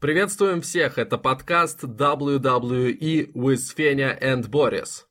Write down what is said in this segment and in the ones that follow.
Приветствуем всех, это подкаст WWE with Феня and Борис.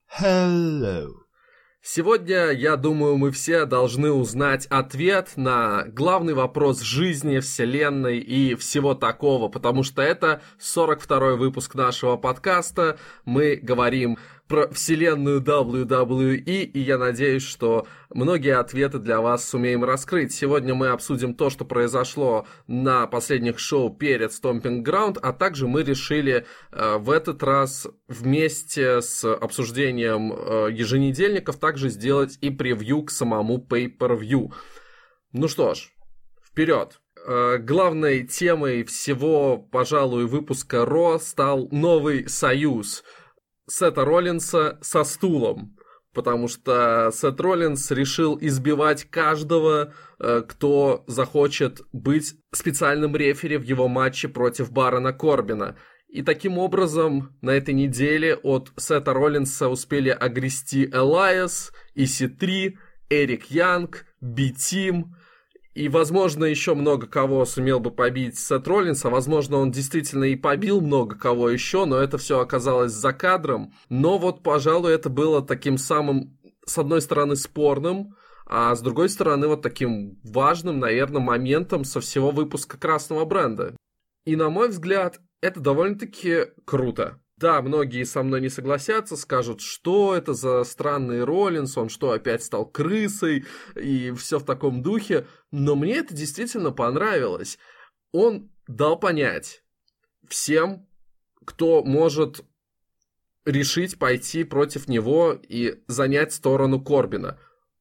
Hello. Сегодня, я думаю, мы все должны узнать ответ на главный вопрос жизни, вселенной и всего такого, потому что это 42-й выпуск нашего подкаста. Мы говорим про вселенную WWE, и я надеюсь, что многие ответы для вас сумеем раскрыть. Сегодня мы обсудим то, что произошло на последних шоу перед Stomping Ground, а также мы решили в этот раз вместе с обсуждением еженедельников также сделать и превью к самому Pay-Per-View. Ну что ж, вперед! Главной темой всего, пожалуй, выпуска Ро стал новый союз Сета Роллинса со стулом, потому что Сет Роллинс решил избивать каждого, кто захочет быть специальным рефери в его матче против Барона Корбина. И таким образом на этой неделе от Сета Роллинса успели огрести Элайас, EC3, Эрик Янг, B-Team. И, возможно, еще много кого сумел бы побить Сет Роллинс, а возможно, он действительно и побил много кого еще, но это все оказалось за кадром. Но вот, пожалуй, это было таким самым, с одной стороны, спорным, а с другой стороны, вот таким важным, наверное, моментом со всего выпуска Красного Бренда. И, на мой взгляд, это довольно-таки круто. Да, многие со мной не согласятся, скажут, что это за странный Роллинс, он что, опять стал крысой, и все в таком духе. Но мне это действительно понравилось. Он дал понять всем, кто может решить пойти против него и занять сторону Корбина.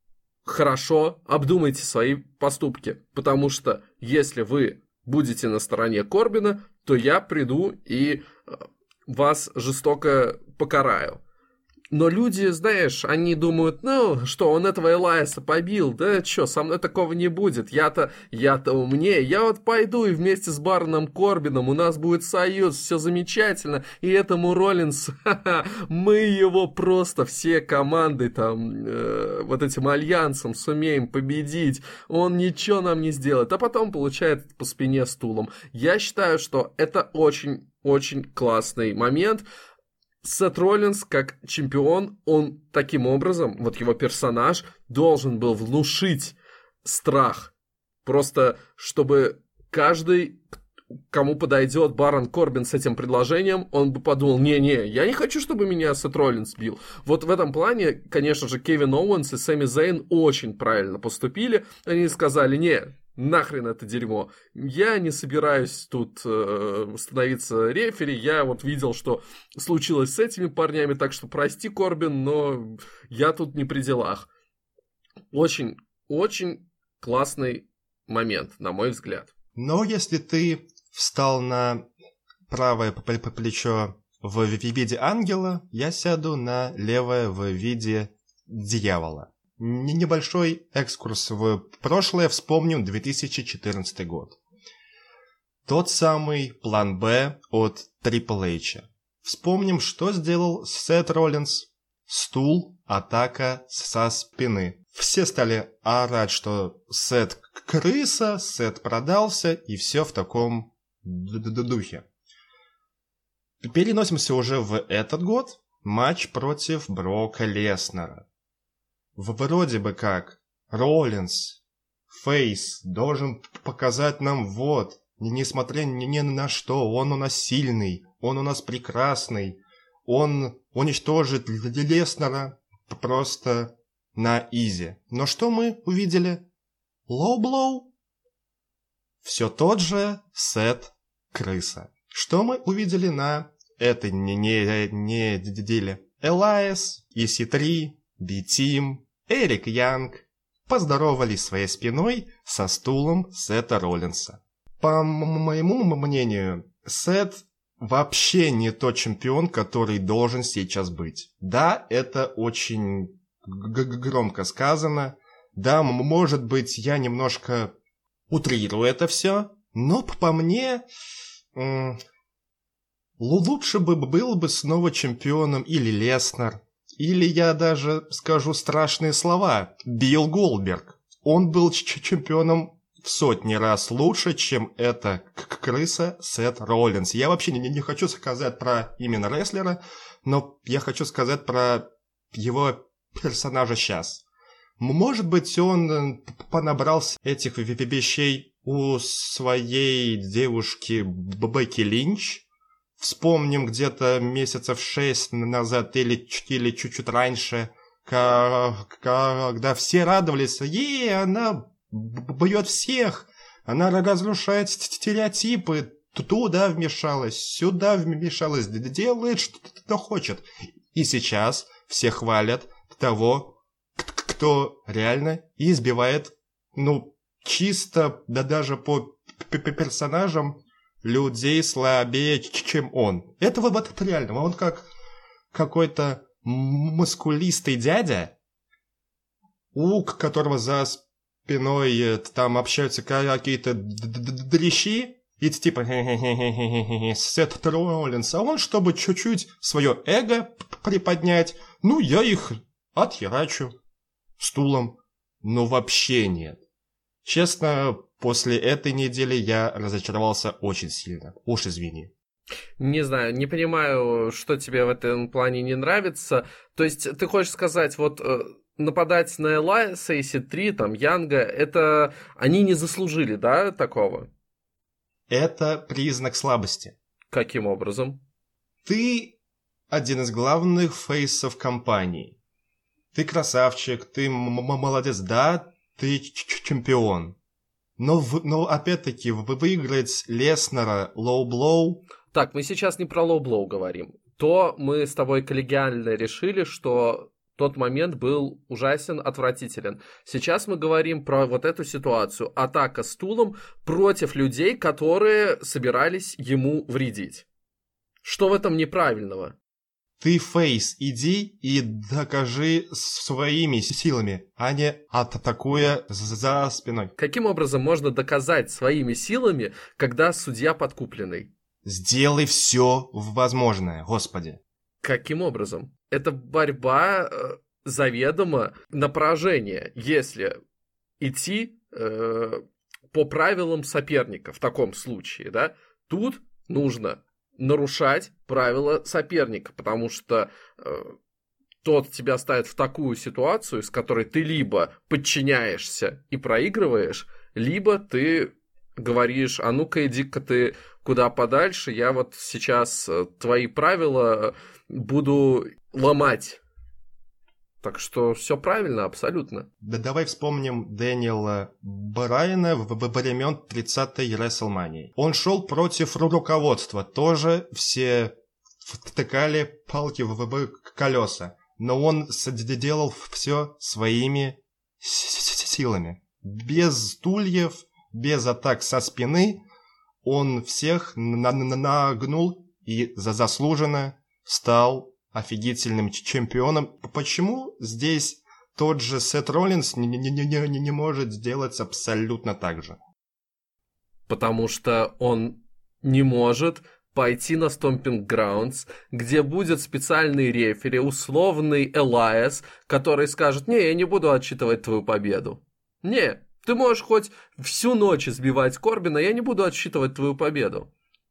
Хорошо, обдумайте свои поступки, потому что если вы будете на стороне Корбина, то я приду и вас жестоко покараю. Но люди, знаешь, они думают, ну, что, он этого Элайаса побил, да что, со мной такого не будет, я-то умнее, я вот пойду и вместе с Бароном Корбином, у нас будет союз, все замечательно, и этому Роллинсу, мы его просто все команды там, вот этим альянсом сумеем победить, он ничего нам не сделает, а потом получает по спине стулом. Я считаю, что это очень классный момент. Сет Роллинс, как чемпион, он таким образом, вот его персонаж, должен был внушить страх. Просто, чтобы каждый, кому подойдет Барон Корбин с этим предложением, он бы подумал, не-не, я не хочу, чтобы меня Сет Роллинс бил. Вот в этом плане, конечно же, Кевин Оуэнс и Сами Зейн очень правильно поступили. Они сказали, не, нахрен это дерьмо. Я не собираюсь тут становиться рефери. Я вот видел, что случилось с этими парнями, так что прости, Корбин, но я тут не при делах. Очень классный момент, на мой взгляд. Но если ты встал на правое плечо в виде ангела, я сяду на левое в виде дьявола. Небольшой экскурс в прошлое, вспомним 2014 год. Тот самый план Б от Triple H. Вспомним, что сделал Сет Роллинс. Стул, атака со спины. Все стали орать, что Сет крыса, Сет продался, и все в таком духе. Переносимся уже в этот год. Матч против Брока Леснера. Вроде бы как Роллинс, Фейс, должен показать нам вот, несмотря ни на что, он у нас сильный, он у нас прекрасный, он уничтожит Леснера просто на изи. Но что мы увидели? Лоу-блоу. Все тот же Сет крыса. Что мы увидели на этой неделе? Элайас, EC3, B-Team, Эрик Янг поздоровались своей спиной со стулом Сета Роллинса. По моему мнению, Сет вообще не тот чемпион, который должен сейчас быть. Да, это очень громко сказано. Да, может быть, я немножко утрирую это все. Но по мне, лучше бы был бы снова чемпионом или Леснер. Или я даже скажу страшные слова. Билл Голдберг. Он был чемпионом в сотни раз лучше, чем эта крыса Сет Роллинс. Я вообще не хочу сказать про именно рестлера, но я хочу сказать про его персонажа сейчас. Может быть, он понабрался этих вещей у своей девушки Бекки Линч. Вспомним где-то месяцев 6 назад или чуть-чуть раньше, когда все радовались, она бьет всех, она разрушает стереотипы, туда вмешалась, сюда вмешалась, делает, что хочет. И сейчас все хвалят того, кто реально избивает, чисто, да даже по персонажам, людей слабее, чем он. Это вот реально, он как какой-то мускулистый дядя, у которого за спиной там общаются какие-то дрищи, и типа Сет Роллинс, а он, чтобы чуть-чуть свое эго приподнять, я их отхерачу стулом. Но вообще нет. Честно, после этой недели я разочаровался очень сильно. Уж извини. Не знаю, не понимаю, что тебе в этом плане не нравится. То есть ты хочешь сказать, вот нападать на Элайса и EC3, там, Янга, это они не заслужили, да, такого? Это признак слабости. Каким образом? Ты один из главных фейсов компании. Ты красавчик, ты молодец, да, ты чемпион. Но опять-таки, выиграть Леснера лоу-блоу... Так, мы сейчас не про лоу-блоу говорим. То мы с тобой коллегиально решили, что тот момент был ужасен, отвратителен. Сейчас мы говорим про вот эту ситуацию. Атака стулом против людей, которые собирались ему вредить. Что в этом неправильного? Ты фейс, иди и докажи своими силами, а не атакуя за спиной. Каким образом можно доказать своими силами, когда судья подкупленный? Сделай все возможное, Господи. Каким образом? Это борьба заведомо на поражение, если идти по правилам соперника в таком случае, да? Тут нужно нарушать правила соперника, потому что тот тебя ставит в такую ситуацию, с которой ты либо подчиняешься и проигрываешь, либо ты говоришь, а ну-ка иди-ка ты куда подальше, я вот сейчас твои правила буду ломать. Так что все правильно, абсолютно. Да давай вспомним Дэниела Брайана во времен 30-й WrestleMania. Он шел против руководства, тоже все втыкали палки в колеса, но он делал все своими силами. Без стульев, без атак со спины он всех нагнул и заслуженно стал офигительным чемпионом. Почему здесь тот же Сет Роллинс не может сделать абсолютно так же? Потому что он не может пойти на Stomping Grounds, где будет специальный рефери, условный Элайас, который скажет: «Не, я не буду отсчитывать твою победу». Не, ты можешь хоть всю ночь избивать Корбина, я не буду отсчитывать твою победу.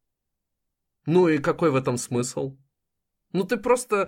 Ну и какой в этом смысл? Ну ты просто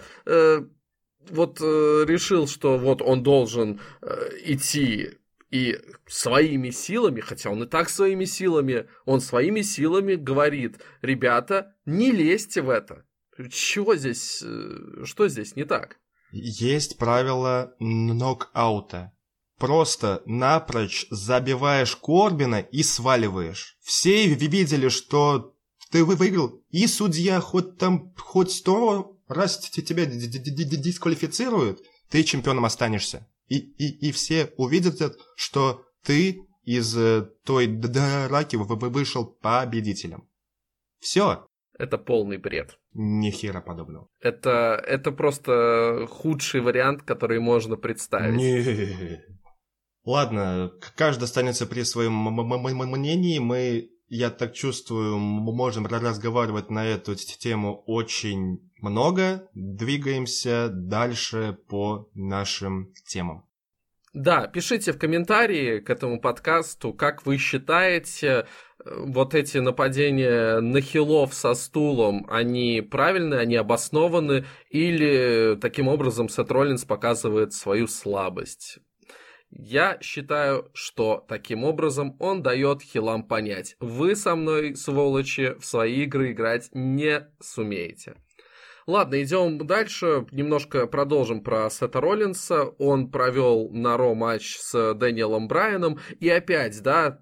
решил, что вот он должен идти и своими силами, хотя он и так своими силами, он своими силами говорит: ребята, не лезьте в это. Что здесь не так? Есть правило нокаута. Просто напрочь забиваешь Корбина и сваливаешь. Все видели, что ты выиграл, и судья хоть 100 раз тебя дисквалифицируют, ты чемпионом останешься. И все увидят, что ты из той драки вышел победителем. Все. Это полный бред. Ни хера подобного. Это просто худший вариант, который можно представить. Не. Ладно, каждый останется при своем мнении. Я так чувствую, мы можем разговаривать на эту тему очень много. Двигаемся дальше по нашим темам. Да, пишите в комментарии к этому подкасту, как вы считаете, вот эти нападения на хилов со стулом, они правильные, они обоснованы, или таким образом Сет Роллинс показывает свою слабость? Я считаю, что таким образом он дает хилам понять: вы со мной, сволочи, в свои игры играть не сумеете. Ладно, идем дальше, немножко продолжим про Сета Роллинса. Он провел на Ро матч с Дэниелом Брайаном, и опять, да,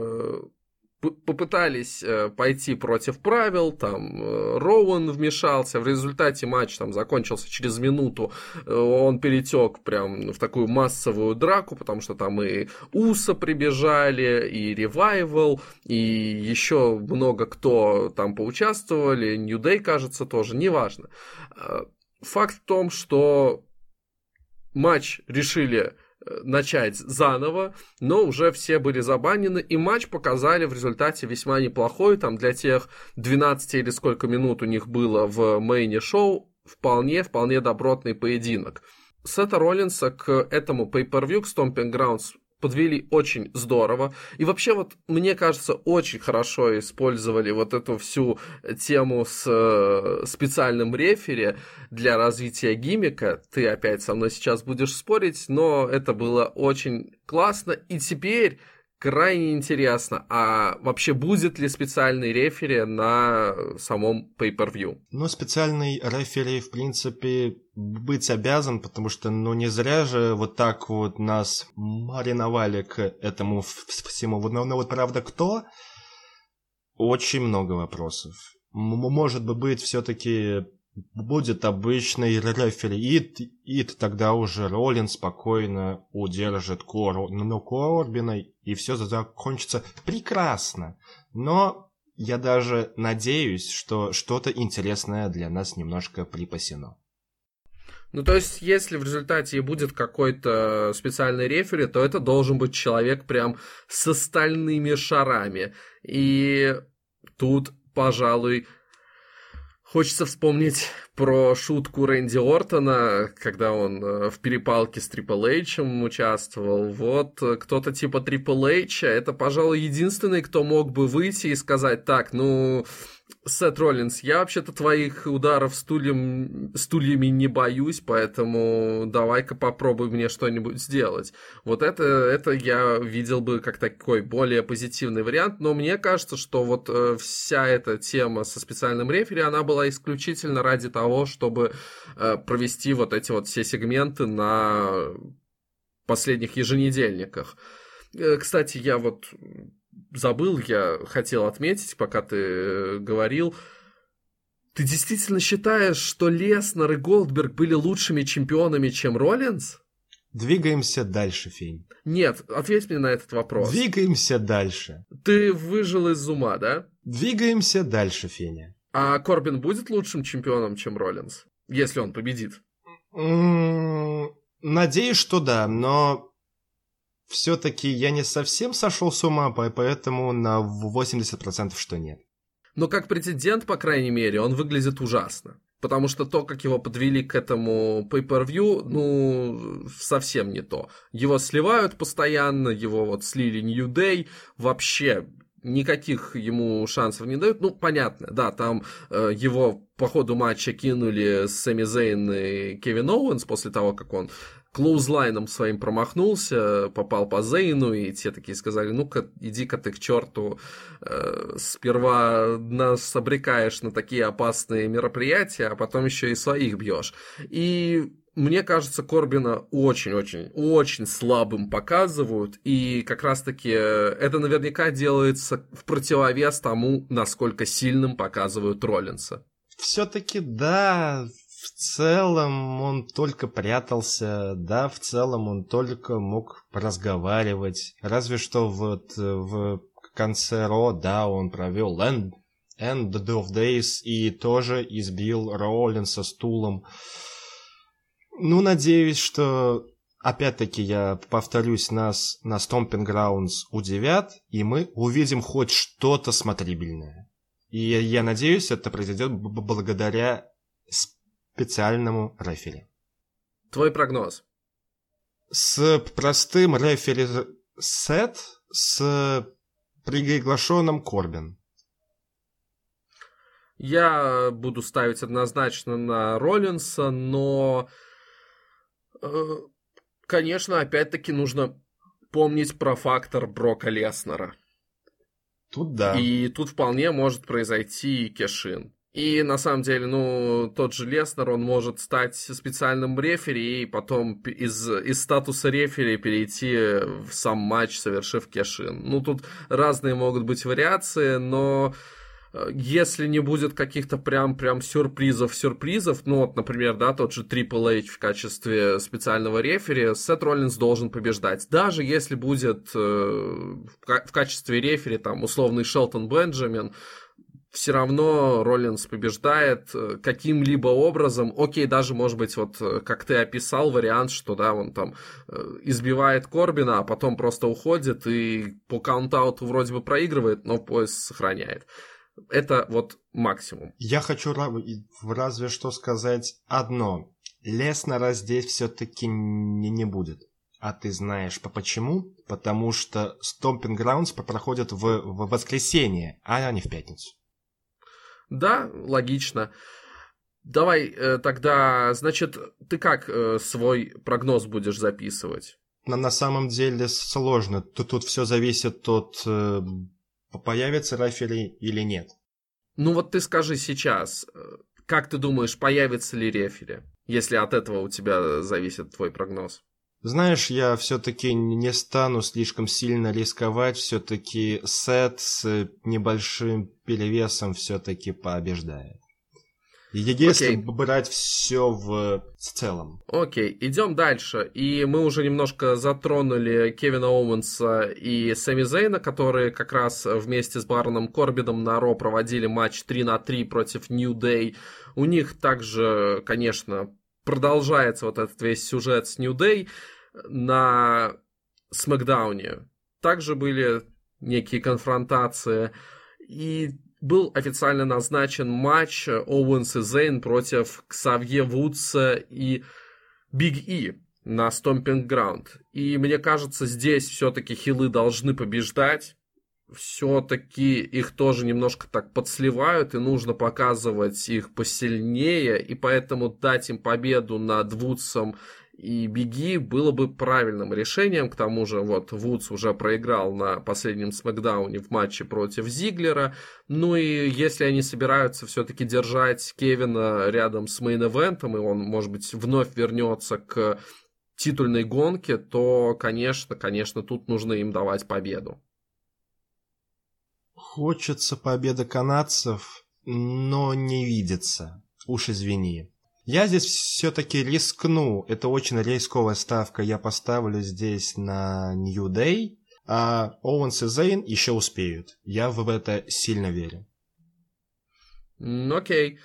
попытались пойти против правил, там Роуэн вмешался, в результате матч там закончился через минуту, он перетек прям в такую массовую драку, потому что там и Уса прибежали, и Ревайвал, и еще много кто там поучаствовали, Нью Дэй, кажется, тоже, неважно. Факт в том, что матч решили начать заново, но уже все были забанены, и матч показали в результате весьма неплохой, там для тех 12 или сколько минут у них было в мейне шоу, вполне добротный поединок. Сета Роллинса к этому pay-per-view, к Stomping Grounds, подвели очень здорово. И вообще, вот, мне кажется, очень хорошо использовали вот эту всю тему с специальным рефери для развития гиммика. Ты опять со мной сейчас будешь спорить, но это было очень классно. И теперь крайне интересно, а вообще будет ли специальный рефери на самом pay-per-view? Ну, специальный рефери, в принципе, быть обязан, потому что, ну, не зря же вот так вот нас мариновали к этому всему. Но вот правда, кто? Очень много вопросов. Может быть, все-таки будет обычный рефери, и тогда уже Роллинс спокойно удержит Корбина, и все закончится прекрасно. Но я даже надеюсь, что что-то интересное для нас немножко припасено. Ну, то есть, если в результате будет какой-то специальный рефери, то это должен быть человек прям с остальными шарами. И тут, пожалуй, хочется вспомнить про шутку Рэнди Ортона, когда он в перепалке с Трипл Эйчем участвовал. Вот кто-то типа Трипл Эйча, это, пожалуй, единственный, кто мог бы выйти и сказать: так, ну, Сет Роллинс, я вообще-то твоих ударов стульями не боюсь, поэтому давай-ка попробуй мне что-нибудь сделать. Вот это я видел бы как такой более позитивный вариант, но мне кажется, что вот вся эта тема со специальным рефери, она была исключительно ради того, чтобы провести вот эти вот все сегменты на последних еженедельниках. Кстати, я вот забыл, я хотел отметить, пока ты говорил. Ты действительно считаешь, что Леснер и Голдберг были лучшими чемпионами, чем Роллинс? Двигаемся дальше, Фень. Нет, ответь мне на этот вопрос. Двигаемся дальше. Ты выжил из ума, да? Двигаемся дальше, Феня. А Корбин будет лучшим чемпионом, чем Роллинс, если он победит? Надеюсь, что да, но все-таки я не совсем сошел с ума, поэтому на 80% что нет. Но как претендент, по крайней мере, он выглядит ужасно. Потому что то, как его подвели к этому pay-per-view, ну, совсем не то. Его сливают постоянно, его вот слили New Day, вообще никаких ему шансов не дают. Ну, понятно, да, там его по ходу матча кинули Сами Зейн и Кевин Оуэнс после того, как он клоузлайном своим промахнулся, попал по Зейну, и те такие сказали: ну-ка, иди-ка ты к черту, сперва нас обрекаешь на такие опасные мероприятия, а потом еще и своих бьешь. И мне кажется, Корбина очень-очень-очень слабым показывают, и как раз-таки это наверняка делается в противовес тому, насколько сильным показывают Роллинса. Все-таки да, в целом он только прятался, да, в целом он только мог разговаривать, разве что вот в конце Ро, да, он провел End of Days и тоже избил Роллинса стулом. Ну, надеюсь, что, опять-таки, я повторюсь, нас на Stomping Grounds удивят, и мы увидим хоть что-то смотрибельное. И я надеюсь, это произойдет благодаря специальному рефери. Твой прогноз? с простым рефери Сет с приглашенным Корбин. Я буду ставить однозначно на Роллинса, но, конечно, опять-таки нужно помнить про фактор Брока Леснера. Тут да. И тут вполне может произойти кэш-ин. И на самом деле, тот же Леснер, он может стать специальным рефери и потом из статуса рефери перейти в сам матч, совершив кэш-ин. Тут разные могут быть вариации, но если не будет каких-то прям сюрпризов, например, тот же Triple H в качестве специального рефери, Сет Роллинс должен побеждать. Даже если будет в качестве рефери условный Шелтон Бенджамин, все равно Роллинс побеждает каким-либо образом. Окей, даже, может быть, как ты описал вариант, что, он избивает Корбина, а потом просто уходит и по каунт-ауту вроде бы проигрывает, но пояс сохраняет. Это максимум. Я хочу разве что сказать одно. Леснера здесь все-таки не будет. А ты знаешь почему? Потому что Stomping Grounds проходит в воскресенье, а не в пятницу. Да, логично. Давай тогда, значит, ты как свой прогноз будешь записывать? На самом деле сложно. Тут все зависит от... появится рефери или нет. Ты скажи сейчас, как ты думаешь, появится ли рефери, если от этого у тебя зависит твой прогноз? Знаешь, я все-таки не стану слишком сильно рисковать, все-таки Сет с небольшим перевесом все-таки побеждает. Если брать все в целом. Окей, идем дальше. И мы уже немножко затронули Кевина Оуэнса и Сами Зейна, которые как раз вместе с Бароном Корбином на Ро проводили матч 3-3 против New Day. У них также, конечно, продолжается этот весь сюжет с New Day. На Смэкдауне также были некие конфронтации. И был официально назначен матч Оуэнс и Зейн против Ксавье Вудса и Биг И на Stomping Ground. И мне кажется, здесь все-таки хилы должны побеждать. Все-таки их тоже немножко так подсливают, и нужно показывать их посильнее. И поэтому дать им победу над Вудсом и Биги было бы правильным решением. К тому же Вудс уже проиграл на последнем Смэкдауне в матче против Зиглера. И если они собираются все-таки держать Кевина рядом с мейн-эвентом, и он, может быть, вновь вернется к титульной гонке, то, конечно, тут нужно им давать победу. Хочется победы канадцев, но не видится. Уж извини. Я здесь все-таки рискну. Это очень рисковая ставка. Я поставлю здесь на New Day. А Оуэнс и Зейн еще успеют. Я в это сильно верю. Окей.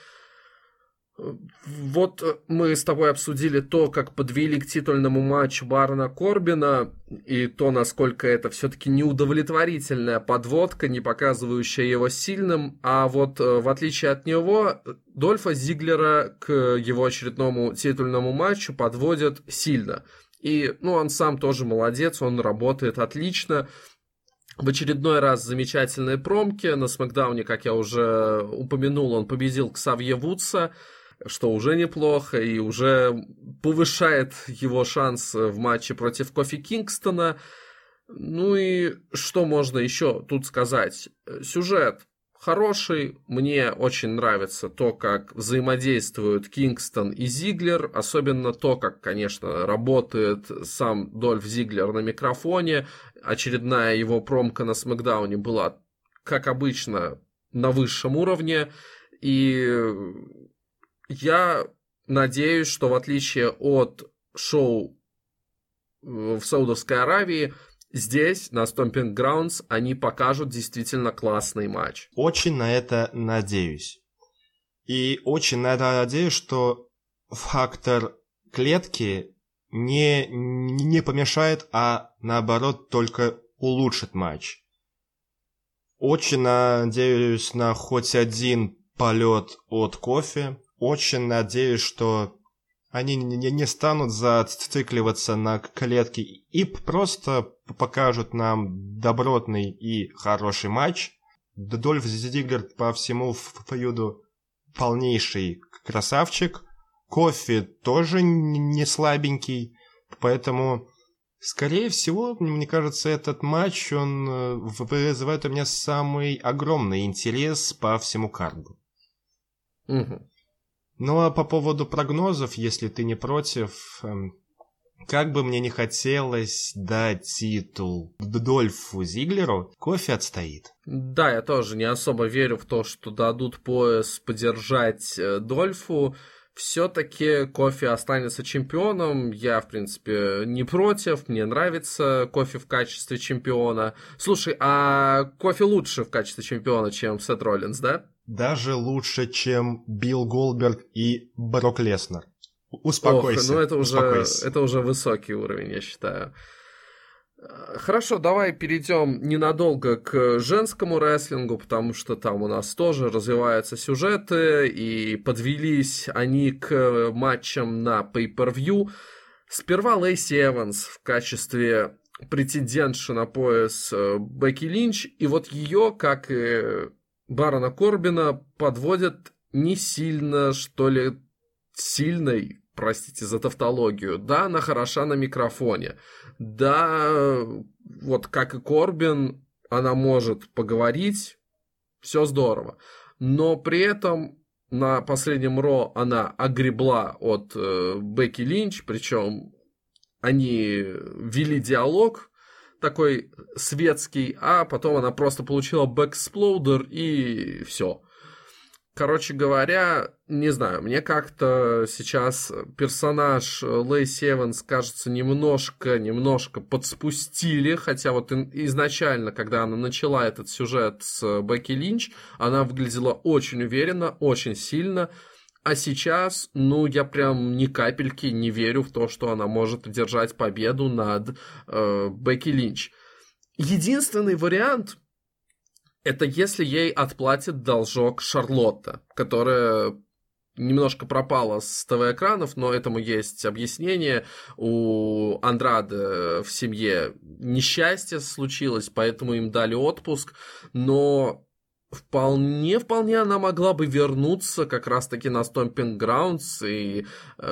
Мы с тобой обсудили то, как подвели к титульному матчу Барона Корбина, и то, насколько это все-таки неудовлетворительная подводка, не показывающая его сильным. А в отличие от него, Дольфа Зиглера к его очередному титульному матчу подводят сильно. И, он сам тоже молодец, он работает отлично. В очередной раз замечательные промки. На Смэкдауне, как я уже упомянул, он победил Ксавье Вудса, что уже неплохо, и уже повышает его шанс в матче против Кофи Кингстона. И что можно еще тут сказать? Сюжет хороший, мне очень нравится то, как взаимодействуют Кингстон и Зиглер, особенно то, как, конечно, работает сам Дольф Зиглер на микрофоне. Очередная его промка на Смэкдауне была, как обычно, на высшем уровне, и я надеюсь, что в отличие от шоу в Саудовской Аравии, здесь, на Stomping Grounds, они покажут действительно классный матч. Очень на это надеюсь. И очень надеюсь, что фактор клетки не помешает, а наоборот только улучшит матч. Очень надеюсь на хоть один полет от Кофи. Очень надеюсь, что они не станут зацикливаться на клетке и просто покажут нам добротный и хороший матч. Дольф Зиглер по всему фьюду полнейший красавчик. Кофи тоже не слабенький, поэтому, скорее всего, мне кажется, этот матч, он вызывает у меня самый огромный интерес по всему карду. Угу. Ну а по поводу прогнозов, если ты не против, как бы мне не хотелось дать титул Дольфу Зиглеру, Кофи отстоит. Да, я тоже не особо верю в то, что дадут пояс подержать Дольфу. Все-таки Кофи останется чемпионом. Я, в принципе, не против. Мне нравится Кофи в качестве чемпиона. Слушай, а Кофи лучше в качестве чемпиона, чем Сет Роллинс, да? Даже лучше, чем Билл Голдберг и Брок Леснер. Успокойся. Ох, ну это уже высокий уровень, я считаю. Хорошо, давай перейдем ненадолго к женскому рестлингу, потому что там у нас тоже развиваются сюжеты, и подвелись они к матчам на Pay-Per-View. Сперва Лейси Эванс в качестве претендентши на пояс Бекки Линч, и вот ее, как и Барона Корбина, подводят не сильно, что ли, сильной, простите за тавтологию. Да, она хороша на микрофоне. Да, вот как и Корбин, она может поговорить, все здорово. Но при этом на последнем Ро она огребла от Бекки Линч, причем они вели диалог такой светский, а потом она просто получила бэксплоудер и все. Короче говоря, не знаю, мне как-то сейчас персонаж Лейси Эванс, кажется, немножко подспустили, хотя вот изначально, когда она начала этот сюжет с Бекки Линч, она выглядела очень уверенно, очень сильно, а сейчас, я прям ни капельки не верю в то, что она может одержать победу над Бекки Линч. Единственный вариант — это если ей отплатит должок Шарлотта, которая немножко пропала с ТВ-экранов, но этому есть объяснение. У Андрады в семье несчастье случилось, поэтому им дали отпуск, но вполне она могла бы вернуться как раз-таки на Stomping Grounds, и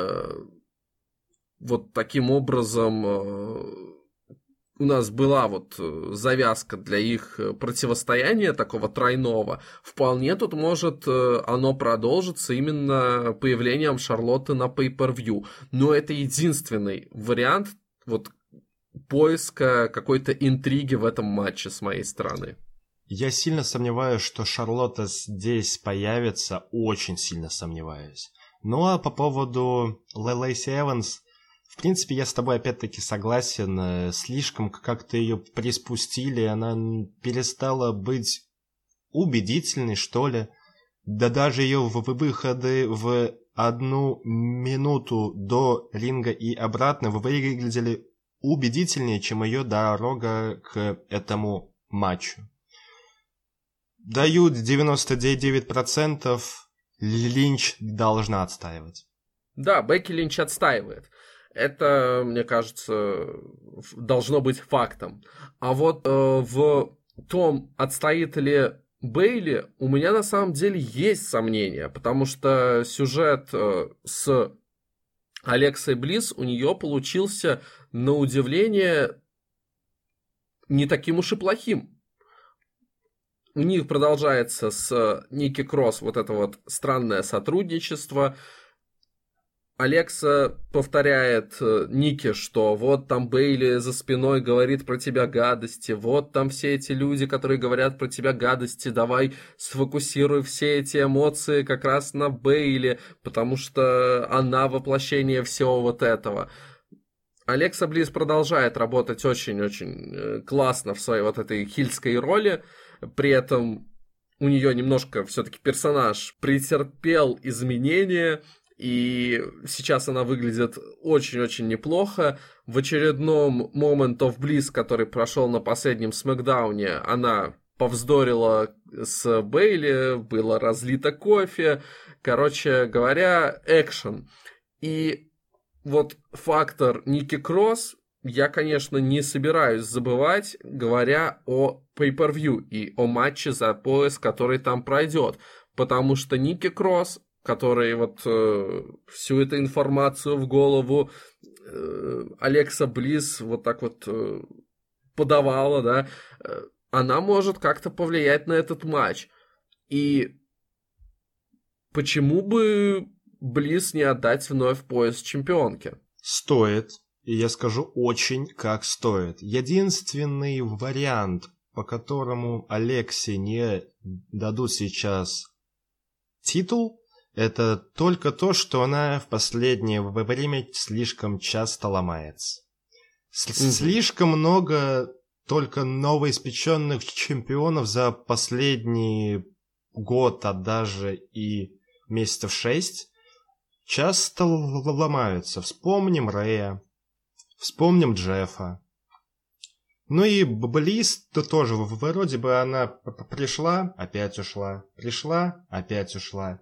вот таким образом у нас была вот завязка для их противостояния такого тройного. Вполне тут может оно продолжиться именно появлением Шарлотты на Pay-Per-View. Но это единственный вариант вот поиска какой-то интриги в этом матче с моей стороны. Я сильно сомневаюсь, что Шарлотта здесь появится, очень сильно сомневаюсь. Ну а по поводу Лейси Эванс, в принципе, я с тобой опять-таки согласен. Слишком как-то ее приспустили, она перестала быть убедительной, что ли. Да даже ее выходы в 1 минуту до ринга и обратно выглядели убедительнее, чем ее дорога к этому матчу. Дают 99%, Линч должна отстаивать. Да, Бекки Линч отстаивает. Это, мне кажется, должно быть фактом. А вот в том, отстоит ли Бейли, у меня на самом деле есть сомнения, потому что сюжет с Алексой Блисс у нее получился, на удивление, не таким уж и плохим. У них продолжается с Никки Кросс вот это вот странное сотрудничество. Алекса повторяет Нике, что вот там Бейли за спиной говорит про тебя гадости, вот там все эти люди, которые говорят про тебя гадости, давай сфокусируй все эти эмоции как раз на Бейли, потому что она воплощение всего вот этого. Алекса Блисс продолжает работать очень-очень классно в своей вот этой хильской роли, при этом у нее немножко все-таки персонаж претерпел изменения, и сейчас она выглядит очень-очень неплохо. В очередном Moment of Bliss, который прошел на последнем Смэкдауне, она повздорила с Бейли, было разлито кофе. Короче говоря, экшен. И вот фактор Ники Кросс я, конечно, не собираюсь забывать, говоря о pay-per-view и о матче за пояс, который там пройдет. Потому что Ники Кросс, который вот всю эту информацию в голову Алекса Блисс вот так вот подавала, да, она может как-то повлиять на этот матч. И почему бы Блисс не отдать вновь пояс чемпионке? Стоит. И я скажу очень как стоит. Единственный вариант, по которому Алексе не дадут сейчас титул, это только то, что она в последнее время слишком часто ломается. Слишком много только новоиспеченных чемпионов за последний год, а даже и месяцев 6 часто ломаются. Вспомним Рэя, вспомним Джеффа. Ну и Блисс то тоже, вроде бы она пришла, опять ушла, пришла, опять ушла.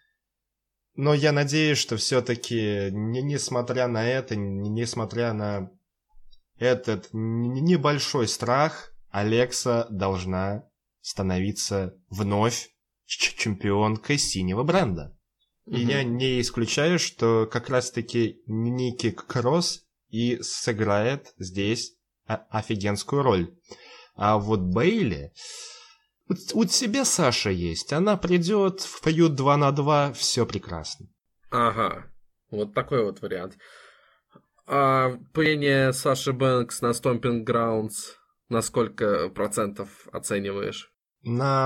Но я надеюсь, что все-таки, несмотря на это, несмотря на этот небольшой страх, Алекса должна становиться вновь чемпионкой синего бренда. И я не исключаю, что как раз-таки Ники Кросс и сыграет здесь офигенскую роль. А вот Бейли... У тебя Саша есть, она придет в фьюд 2 на 2, все прекрасно. Ага, вот такой вот вариант. А появление Саши Бэнкс на Stomping Grounds на сколько процентов оцениваешь? На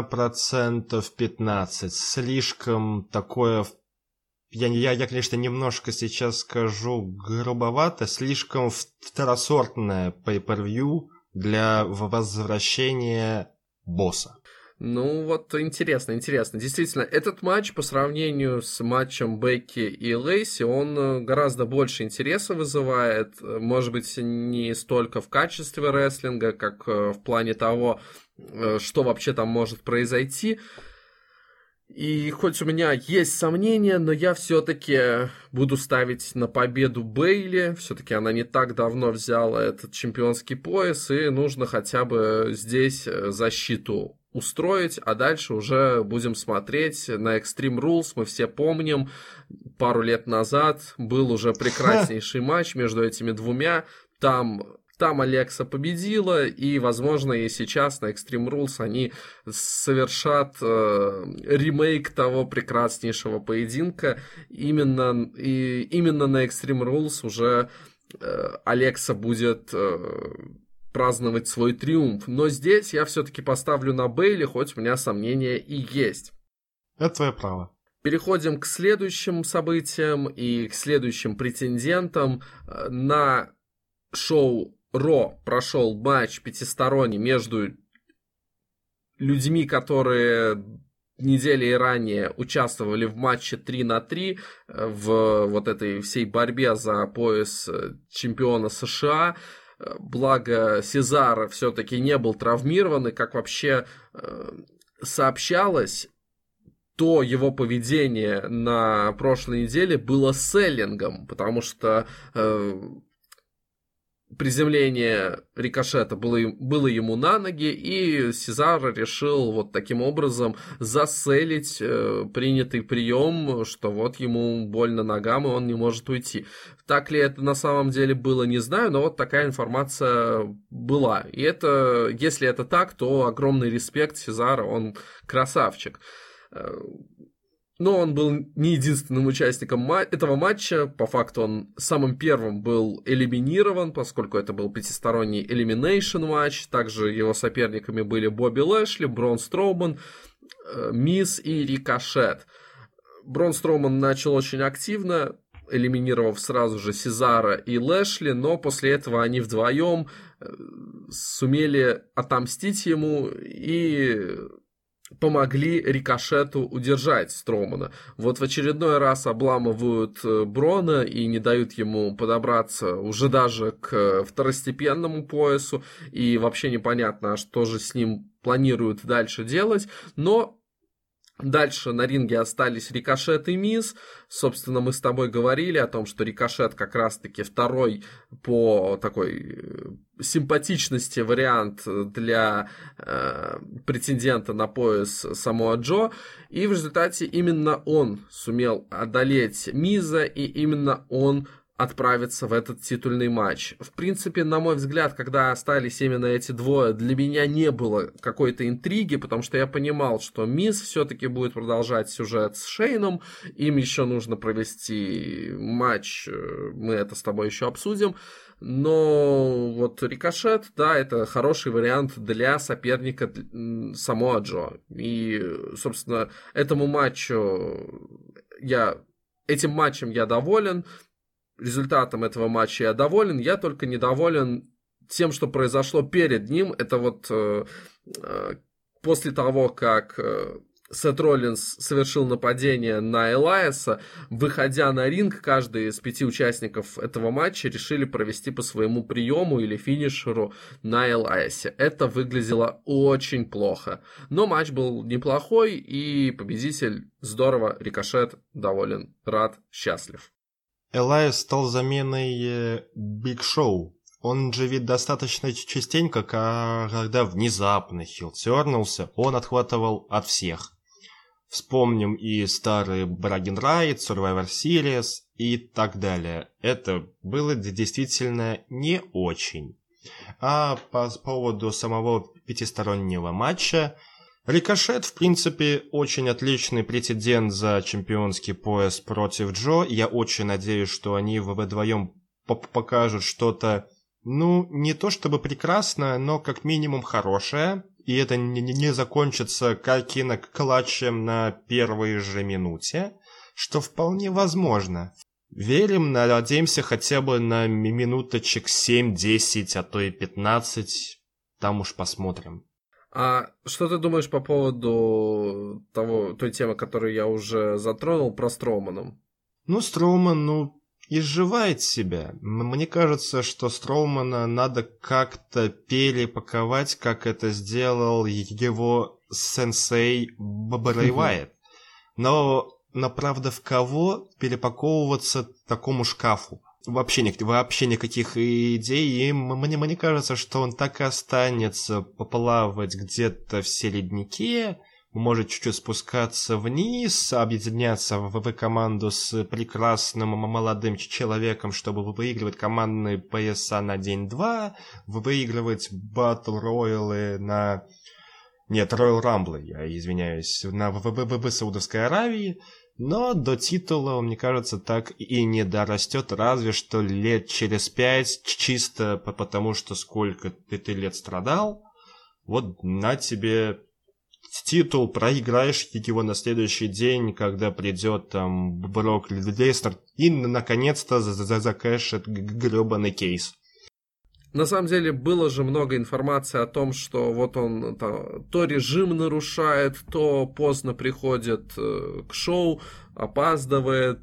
15%. Слишком такое... Я, конечно, немножко сейчас скажу грубовато, слишком второсортное pay-per-view для возвращения босса. Ну вот интересно. Действительно, этот матч по сравнению с матчем Бекки и Лейси, он гораздо больше интереса вызывает. Может быть, не столько в качестве рестлинга, как в плане того, что вообще там может произойти. И хоть у меня есть сомнения, но я все-таки буду ставить на победу Бейли. Все-таки она не так давно взяла этот чемпионский пояс, и нужно хотя бы здесь защиту устроить, а дальше уже будем смотреть на Extreme Rules. Мы все помним, пару лет назад был уже прекраснейший матч между этими двумя. Там Алекса победила, и, возможно, и сейчас на Extreme Rules они совершат ремейк того прекраснейшего поединка. Именно на Extreme Rules уже Алекса будет праздновать свой триумф. Но здесь я все-таки поставлю на Бейли, хоть у меня сомнения и есть. Это твое право. Переходим к следующим событиям и к следующим претендентам. На шоу Ро прошел матч пятисторонний между людьми, которые недели ранее участвовали в матче 3 на 3 в вот этой всей борьбе за пояс чемпиона США. Благо Сезар все-таки не был травмирован, и как вообще сообщалось, то его поведение на прошлой неделе было селлингом, потому что приземление рикошета было ему на ноги, и Сезар решил вот таким образом заселить принятый прием, что вот ему больно ногам, и он не может уйти. Так ли это на самом деле было, не знаю, но вот такая информация была. И это, если это так, то огромный респект Сезара, он красавчик. Но он был не единственным участником этого матча. По факту он самым первым был элиминирован, поскольку это был пятисторонний элиминейшн матч. Также его соперниками были Бобби Лэшли, Брон Строуман, Миз и Рикошет. Брон Строуман начал очень активно, элиминировав сразу же Сезара и Лэшли, но после этого они вдвоем сумели отомстить ему и помогли Рикошету удержать Строумана. Вот в очередной раз обламывают Брона и не дают ему подобраться уже даже к второстепенному поясу, и вообще непонятно, что же с ним планируют дальше делать, но Дальше на ринге остались Рикошет и Миз. Собственно, мы с тобой говорили о том, что Рикошет как раз-таки второй по такой симпатичности вариант для претендента на пояс Самоа Джо. И в результате именно он сумел одолеть Миза, и именно он отправиться в этот титульный матч. В принципе, на мой взгляд, когда остались именно эти двое, для меня не было какой-то интриги, потому что я понимал, что Миз все-таки будет продолжать сюжет с Шейном, им еще нужно провести матч, мы это с тобой еще обсудим, но вот Рикошет, да, это хороший вариант для соперника Самоа Джо. И, собственно, этим матчем я доволен. Результатом этого матча я доволен, я только недоволен тем, что произошло перед ним. Это вот после того, как Сет Роллинс совершил нападение на Элайаса, выходя на ринг, каждый из 5 участников этого матча решили провести по своему приему или финишеру на Элайасе. Это выглядело очень плохо. Но матч был неплохой, и победитель здорово, Рикошет доволен, рад, счастлив. Элайас стал заменой Биг Шоу. Он же ведь достаточно частенько, когда внезапно хилтернулся, он отхватывал от всех. Вспомним и старый Брагин Райт, Survivor Series и так далее. Это было действительно не очень. А по поводу самого пятистороннего матча, Рикошет, в принципе, очень отличный претендент за чемпионский пояс против Джо. Я очень надеюсь, что они вдвоем покажут что-то, не то чтобы прекрасное, но как минимум хорошее. И это не закончится киноклатчем на первой же минуте, что вполне возможно. Верим, надеемся хотя бы на минуточек 7-10, а то и 15. Там уж посмотрим. А что ты думаешь по поводу той темы, которую я уже затронул, про Строумана? Строуман, изживает себя. Мне кажется, что Строумана надо как-то перепаковать, как это сделал его сенсей Брэй Уайт. Но правда, в кого перепаковываться такому шкафу? Вообще никаких идей, и мне кажется, что он так и останется поплавать где-то в середняке, может чуть-чуть спускаться вниз, объединяться в команду с прекрасным молодым человеком, чтобы выигрывать командные пояса на день-два, выигрывать батл роялы Роял Рамблы, я извиняюсь, на ВВБ Саудовской Аравии. Но до титула, мне кажется, так и не дорастет, разве что лет через 5, чисто потому что сколько ты лет страдал. Вот на тебе титул, проиграешь его на следующий день, когда придет там Брок Леснер и наконец-то закэшит гребаный кейс. На самом деле было же много информации о том, что вот он то режим нарушает, то поздно приходит к шоу, опаздывает,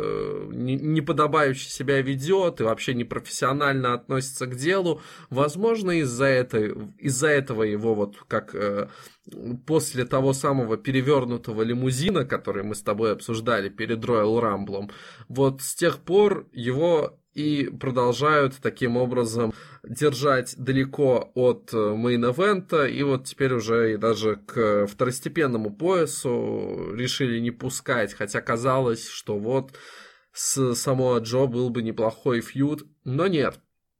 неподобающе себя ведет и вообще непрофессионально относится к делу. Возможно, из-за этого его вот как после того самого перевернутого лимузина, который мы с тобой обсуждали перед Royal Rumble, вот с тех пор его и продолжают таким образом держать далеко от мейн-эвента, и вот теперь уже и даже к второстепенному поясу решили не пускать, хотя казалось, что вот с Самоа Джо был бы неплохой фьюд, но нет.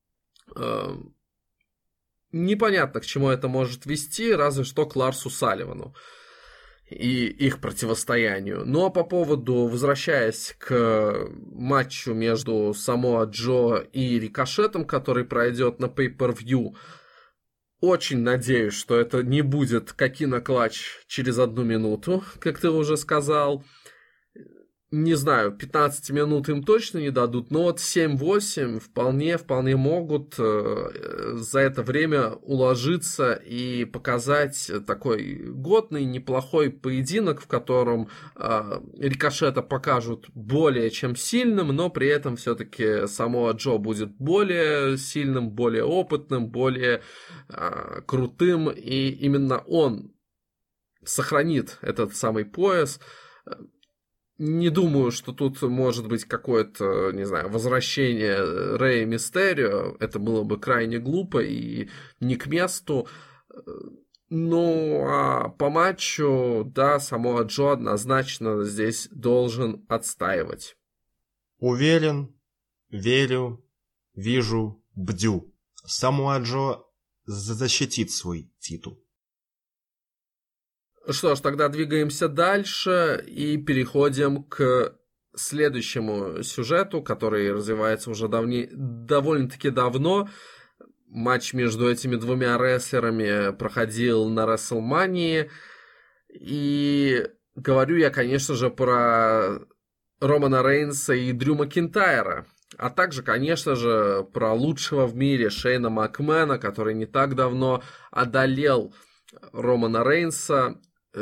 Непонятно, к чему это может вести, разве что к Ларсу Салливану и их противостоянию. Ну а по поводу, возвращаясь к матчу между Самоа Джо и Рикошетом, который пройдет на Pay-Per-View, очень надеюсь, что это не будет кокина-клатч через 1 минуту, как ты уже сказал. Не знаю, 15 минут им точно не дадут, но вот 7-8 вполне могут за это время уложиться и показать такой годный, неплохой поединок, в котором Рикошета покажут более чем сильным, но при этом все-таки Самоа Джо будет более сильным, более опытным, более крутым, и именно он сохранит этот самый пояс. Не думаю, что тут может быть какое-то, не знаю, возвращение Рэя Мистерио. Это было бы крайне глупо и не к месту. Ну, а по матчу, да, Самоа Джо однозначно здесь должен отстаивать. Уверен, верю, вижу, бдю. Самоа Джо защитит свой титул. Что ж, тогда двигаемся дальше и переходим к следующему сюжету, который развивается уже довольно-таки давно. Матч между этими двумя рестлерами проходил на WrestleMania. И говорю я, конечно же, про Романа Рейнса и Дрю Макинтайра. А также, конечно же, про лучшего в мире Шейна Макмена, который не так давно одолел Романа Рейнса.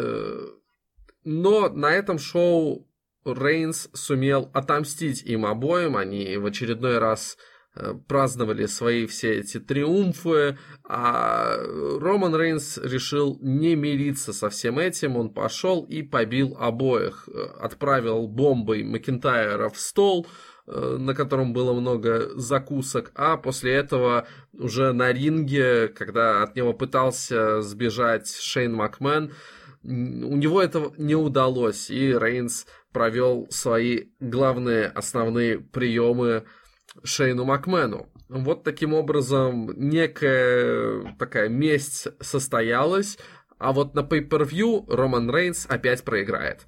Но на этом шоу Рейнс сумел отомстить им обоим. Они в очередной раз праздновали свои все эти триумфы, а Роман Рейнс решил не мириться со всем этим. Он пошел и побил обоих. Отправил бомбой Макинтайра в стол, на котором было много закусок, а после этого уже на ринге, когда от него пытался сбежать Шейн Макмен, у него это не удалось, и Рейнс провел свои главные основные приемы Шейну Макмену. Вот таким образом некая такая месть состоялась, а вот на pay-per-view Роман Рейнс опять проиграет.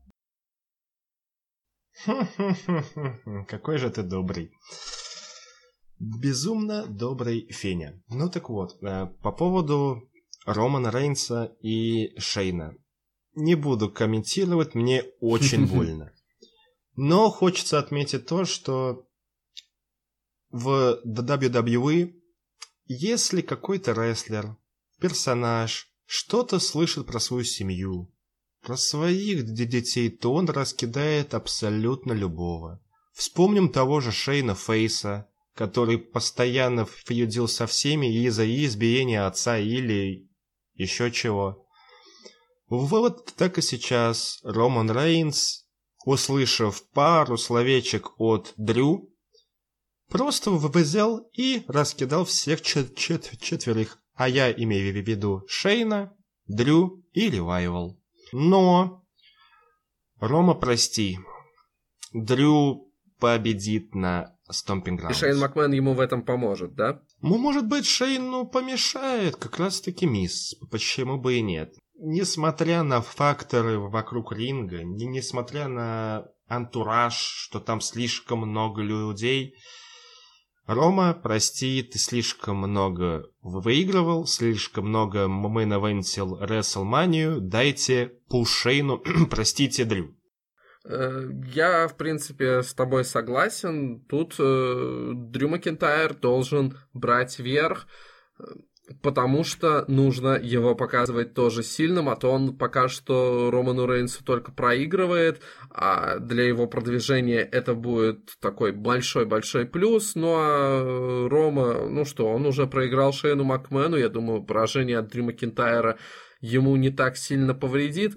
Какой же ты добрый. Безумно добрый Феня. Ну так вот, по поводу Романа Рейнса и Шейна. Не буду комментировать, мне очень больно. Но хочется отметить то, что в WWE, если какой-то рестлер, персонаж, что-то слышит про свою семью, про своих детей, то он раскидает абсолютно любого. Вспомним того же Шейна Фейса, который постоянно фьюдил со всеми из-за избиения отца или еще чего. Вот так и сейчас Роман Рейнс, услышав пару словечек от Дрю, просто взял и раскидал всех четверых, а я имею в виду Шейна, Дрю и Ревайвал. Но, Рома, прости, Дрю победит на Stomping Grounds. И Шейн Макмен ему в этом поможет, да? Ну, может быть, Шейну помешает как раз-таки мисс, почему бы и нет. Несмотря на факторы вокруг ринга, несмотря на антураж, что там слишком много людей, Рома, прости, ты слишком много выигрывал, слишком много мейн-эвентил WrestleMania, дайте пушейну, простите, Дрю. Я, в принципе, с тобой согласен. Тут Дрю Макинтайр должен брать верх, потому что нужно его показывать тоже сильным, а то он пока что Роману Рейнсу только проигрывает, а для его продвижения это будет такой большой-большой плюс. Ну а Рома, ну что, он уже проиграл Шейну Макмену, я думаю, поражение от Дрю Макинтайра ему не так сильно повредит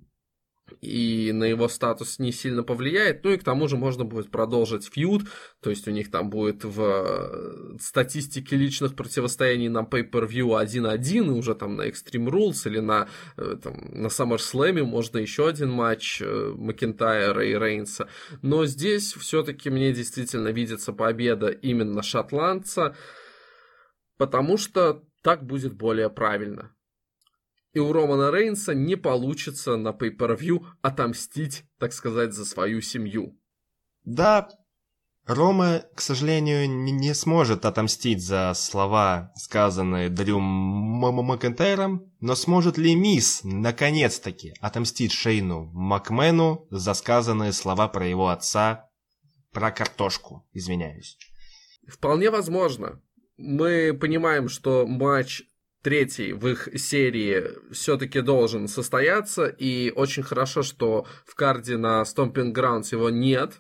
и на его статус не сильно повлияет. Ну и к тому же можно будет продолжить фьюд, то есть у них там будет в статистике личных противостояний на pay-per-view 1-1, и уже там на Extreme Rules или на SummerSlam можно еще один матч Макинтайра и Рейнса. Но здесь все-таки мне действительно видится победа именно шотландца, потому что так будет более правильно. И у Романа Рейнса не получится на pay-per-view отомстить, так сказать, за свою семью. Да, Рома, к сожалению, не сможет отомстить за слова, сказанные Дрю Макинтайром, но сможет ли мисс, наконец-таки, отомстить Шейну Макмену за сказанные слова про его отца, про картошку, извиняюсь. Вполне возможно. Мы понимаем, что матч третий в их серии все-таки должен состояться, и очень хорошо, что в карде на Stomping Grounds его нет,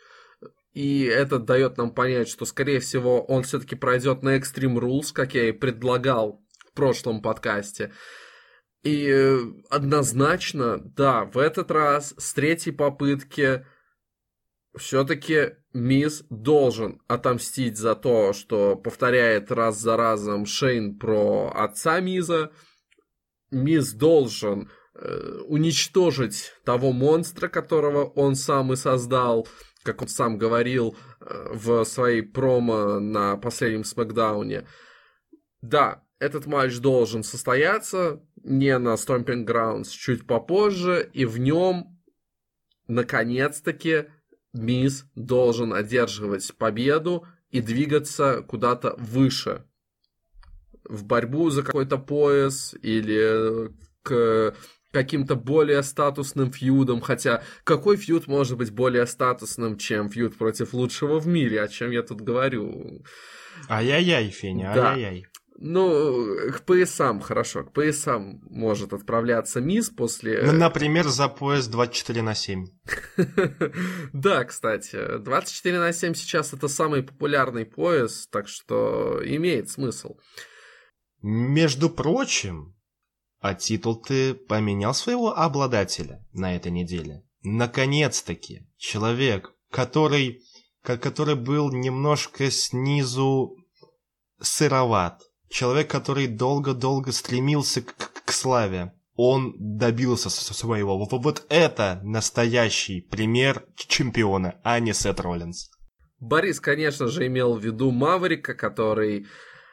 и это дает нам понять, что, скорее всего, он все-таки пройдет на Extreme Rules, как я и предлагал в прошлом подкасте. И однозначно, да, в этот раз с третьей попытки все-таки Миз должен отомстить за то, что повторяет раз за разом Шейн про отца Миза. Миз должен уничтожить того монстра, которого он сам и создал, как он сам говорил в своей промо на последнем Смэкдауне. Да, этот матч должен состояться не на Stomping Grounds, чуть попозже, и в нем, наконец-таки, Миз должен одерживать победу и двигаться куда-то выше. В борьбу за какой-то пояс или к каким-то более статусным фьюдам. Хотя какой фьюд может быть более статусным, чем фьюд против лучшего в мире? О чем я тут говорю? Ай-яй-яй, Феня, да. ай-яй-яй. Ну, к поясам, хорошо. К поясам может отправляться Миз после... Ну, например, за пояс 24/7. Да, кстати, 24/7 сейчас это самый популярный пояс, так что имеет смысл. Между прочим, а титул ты поменял своего обладателя на этой неделе. Наконец-таки, человек, который был немножко снизу сыроват. Человек, который долго-долго стремился к славе. Он добился своего. Вот это настоящий пример чемпиона, а не Сет Роллинс. Борис, конечно же, имел в виду Маврика, который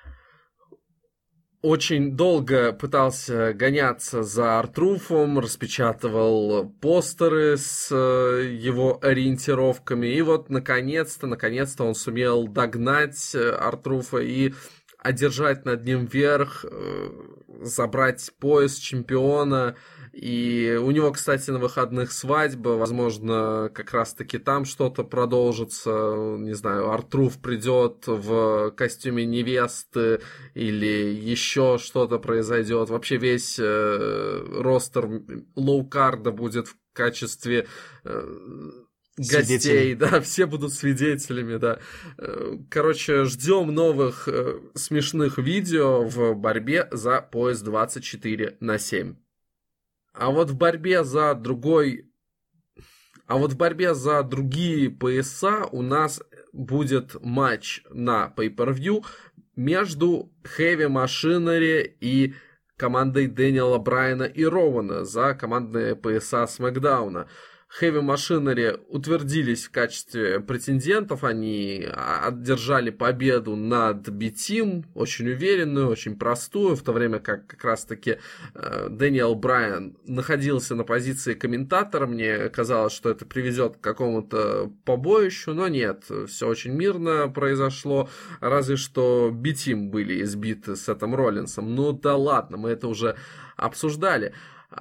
очень долго пытался гоняться за Артруфом, распечатывал постеры с его ориентировками, и вот наконец-то он сумел догнать Артруфа и одержать над ним верх, забрать пояс чемпиона. И у него, кстати, на выходных свадьба, возможно, как раз-таки там что-то продолжится, не знаю, Артруф придет в костюме невесты или еще что-то произойдет. Вообще весь ростер лоу-карда будет в качестве гостей, да, все будут свидетелями, да. Короче, ждем новых смешных видео в борьбе за пояс 24/7. А вот в борьбе за другие пояса у нас будет матч на Pay-Per-View между Heavy Machinery и командой Дэниела Брайана и Роуэна за командные пояса Смэкдауна. Heavy Machinery утвердились в качестве претендентов, они одержали победу над B-Team, очень уверенную, очень простую, в то время как раз-таки Дэниел Брайан находился на позиции комментатора, мне казалось, что это приведет к какому-то побоищу, но нет, все очень мирно произошло, разве что B-Team были избиты Сетом Роллинсом, ну да ладно, мы это уже обсуждали.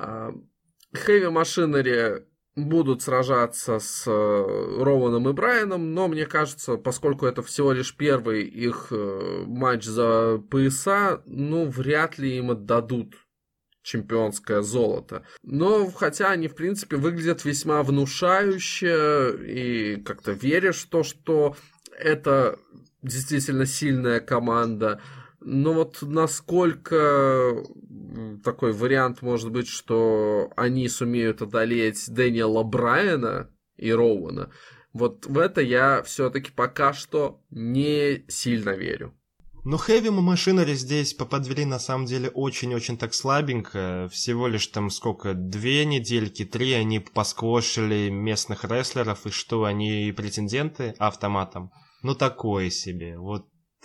Heavy Machinery будут сражаться с Роуэном и Брайаном, но мне кажется, поскольку это всего лишь первый их матч за пояса, ну, вряд ли им отдадут чемпионское золото. Но хотя они, в принципе, выглядят весьма внушающе, и как-то веришь в то, что это действительно сильная команда. Но вот насколько такой вариант может быть, что они сумеют одолеть Дэниела Брайана и Роуэна, вот в это я все-таки пока что не сильно верю. Ну, Heavy Machinery здесь подвели на самом деле очень-очень так слабенько. Всего лишь там сколько, 2 недельки, 3 они посквошили местных рестлеров, и что, они претенденты автоматом? Ну, такое себе, вот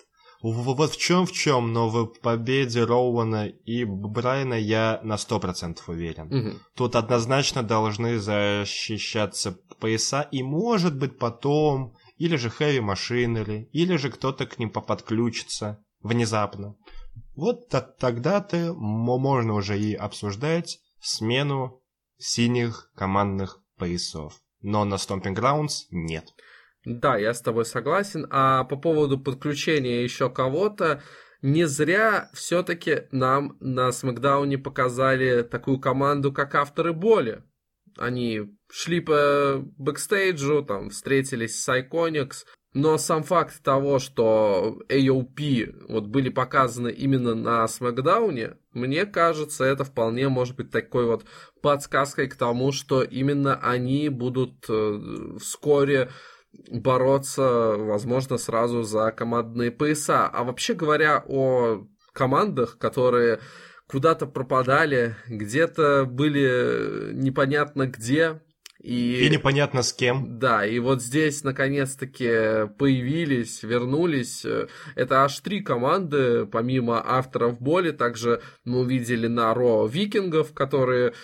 в чем, но в победе Роуэна и Брайана я на 100% уверен. Угу. Тут однозначно должны защищаться пояса, и может быть потом, или же Heavy Machinery, или же кто-то к ним подключится внезапно. Вот тогда-то можно уже и обсуждать смену синих командных поясов. Но на Stomping Grounds нет. Да, я с тобой согласен. А по поводу подключения еще кого-то, не зря все-таки нам на Смэкдауне показали такую команду, как Авторы Боли. Они шли по бэкстейджу, там встретились с Iconics. Но сам факт того, что AOP вот были показаны именно на Смэкдауне, мне кажется, это вполне может быть такой вот подсказкой к тому, что именно они будут вскоре бороться, возможно, сразу за командные пояса. А вообще говоря о командах, которые куда-то пропадали, где-то были непонятно где, и непонятно с кем. Да, и вот здесь наконец-таки появились, вернулись. Это аж 3 команды, помимо авторов боли. Также мы увидели на Ро Викингов, которые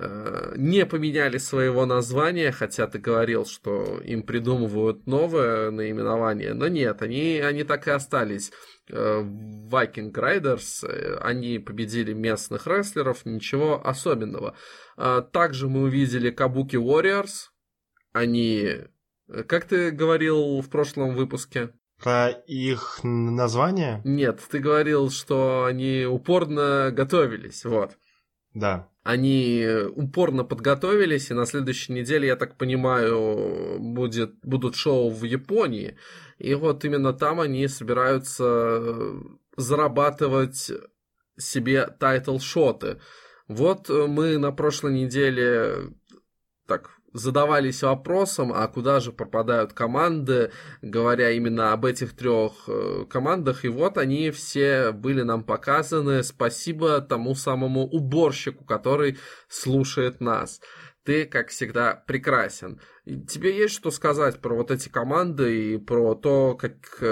не поменяли своего названия, хотя ты говорил, что им придумывают новое наименование. Но нет, они так и остались. Viking Riders, они победили местных рестлеров, ничего особенного. Также мы увидели Kabuki Warriors. Они, как ты говорил в прошлом выпуске? Про их название? Нет, ты говорил, что они упорно готовились, вот. Да. Они упорно подготовились, и на следующей неделе, я так понимаю, будут шоу в Японии. И вот именно там они собираются зарабатывать себе тайтл-шоты. Вот мы на прошлой неделе так задавались вопросом, а куда же пропадают команды, говоря именно об этих 3 командах, и вот они все были нам показаны. Спасибо тому самому уборщику, который слушает нас. Ты, как всегда, прекрасен. Тебе есть что сказать про вот эти команды и про то, как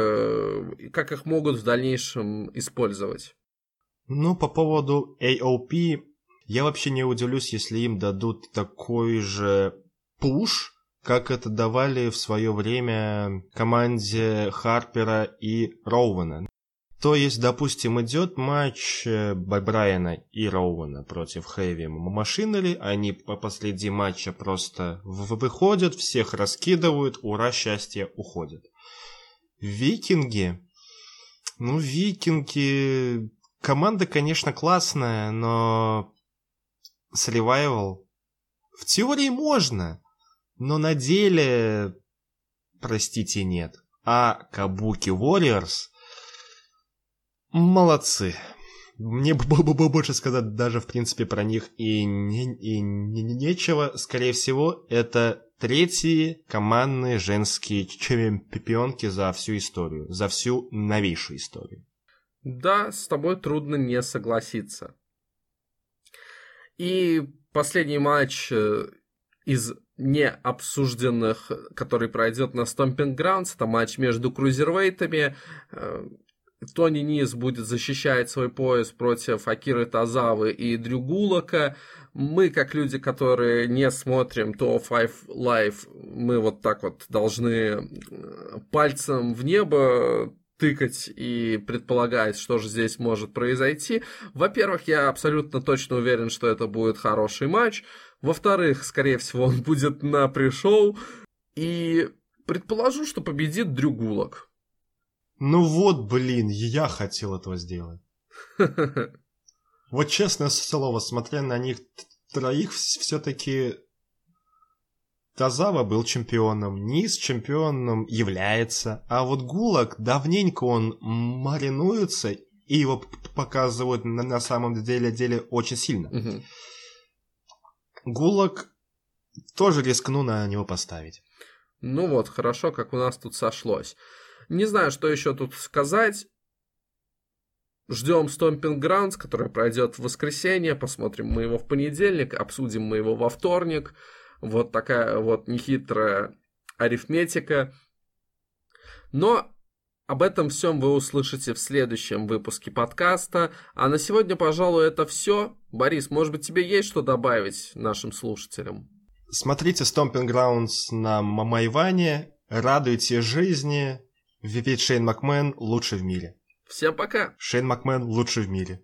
их могут в дальнейшем использовать? Ну, по поводу AOP, я вообще не удивлюсь, если им дадут такой же пуш, как это давали в свое время команде Харпера и Роуэна. То есть, допустим, идет матч Брайана и Роуэна против Хэви Машинери, они посреди матча просто выходят, всех раскидывают, ура, счастье, уходят. Викинги... Команда, конечно, классная, но... Survival... В теории можно, но на деле, простите, нет. А Kabuki Warriors молодцы. Мне больше сказать даже, в принципе, про них и нечего. Скорее всего, это 3-е командные женские чемпионки за всю историю, за всю новейшую историю. Да, с тобой трудно не согласиться. И последний матч из необсужденных, который пройдет на Stomping Grounds, это матч между крузервейтами. Тони Низ будет защищать свой пояс против Акиры Тозавы и Дрю Гулака. Мы, как люди, которые не смотрим Top 5 Live, мы вот так вот должны пальцем в небо тыкать и предполагать, что же здесь может произойти. Во-первых, я абсолютно точно уверен, что это будет хороший матч. Во-вторых, скорее всего, он будет на пришоу. И предположу, что победит Дрю Гулак. Ну вот, блин, я хотел этого сделать. Вот честное слово, смотря на них 3, все-таки Тозава был чемпионом, Низ чемпионом является, а вот Гулак, давненько он маринуется, и его показывают на самом деле очень сильно. Угу. Гулак тоже рискну на него поставить. Ну вот, хорошо, как у нас тут сошлось. Не знаю, что еще тут сказать. Ждем Stomping Grounds, который пройдет в воскресенье. Посмотрим мы его в понедельник, обсудим мы его во вторник. Вот такая вот нехитрая арифметика. Но об этом всем вы услышите в следующем выпуске подкаста. А на сегодня, пожалуй, это все. Борис, может быть, тебе есть что добавить нашим слушателям? Смотрите Stomping Grounds на Майване. Радуйте жизни. Ведь Шейн Макмен лучший в мире. Всем пока. Шейн Макмен лучший в мире.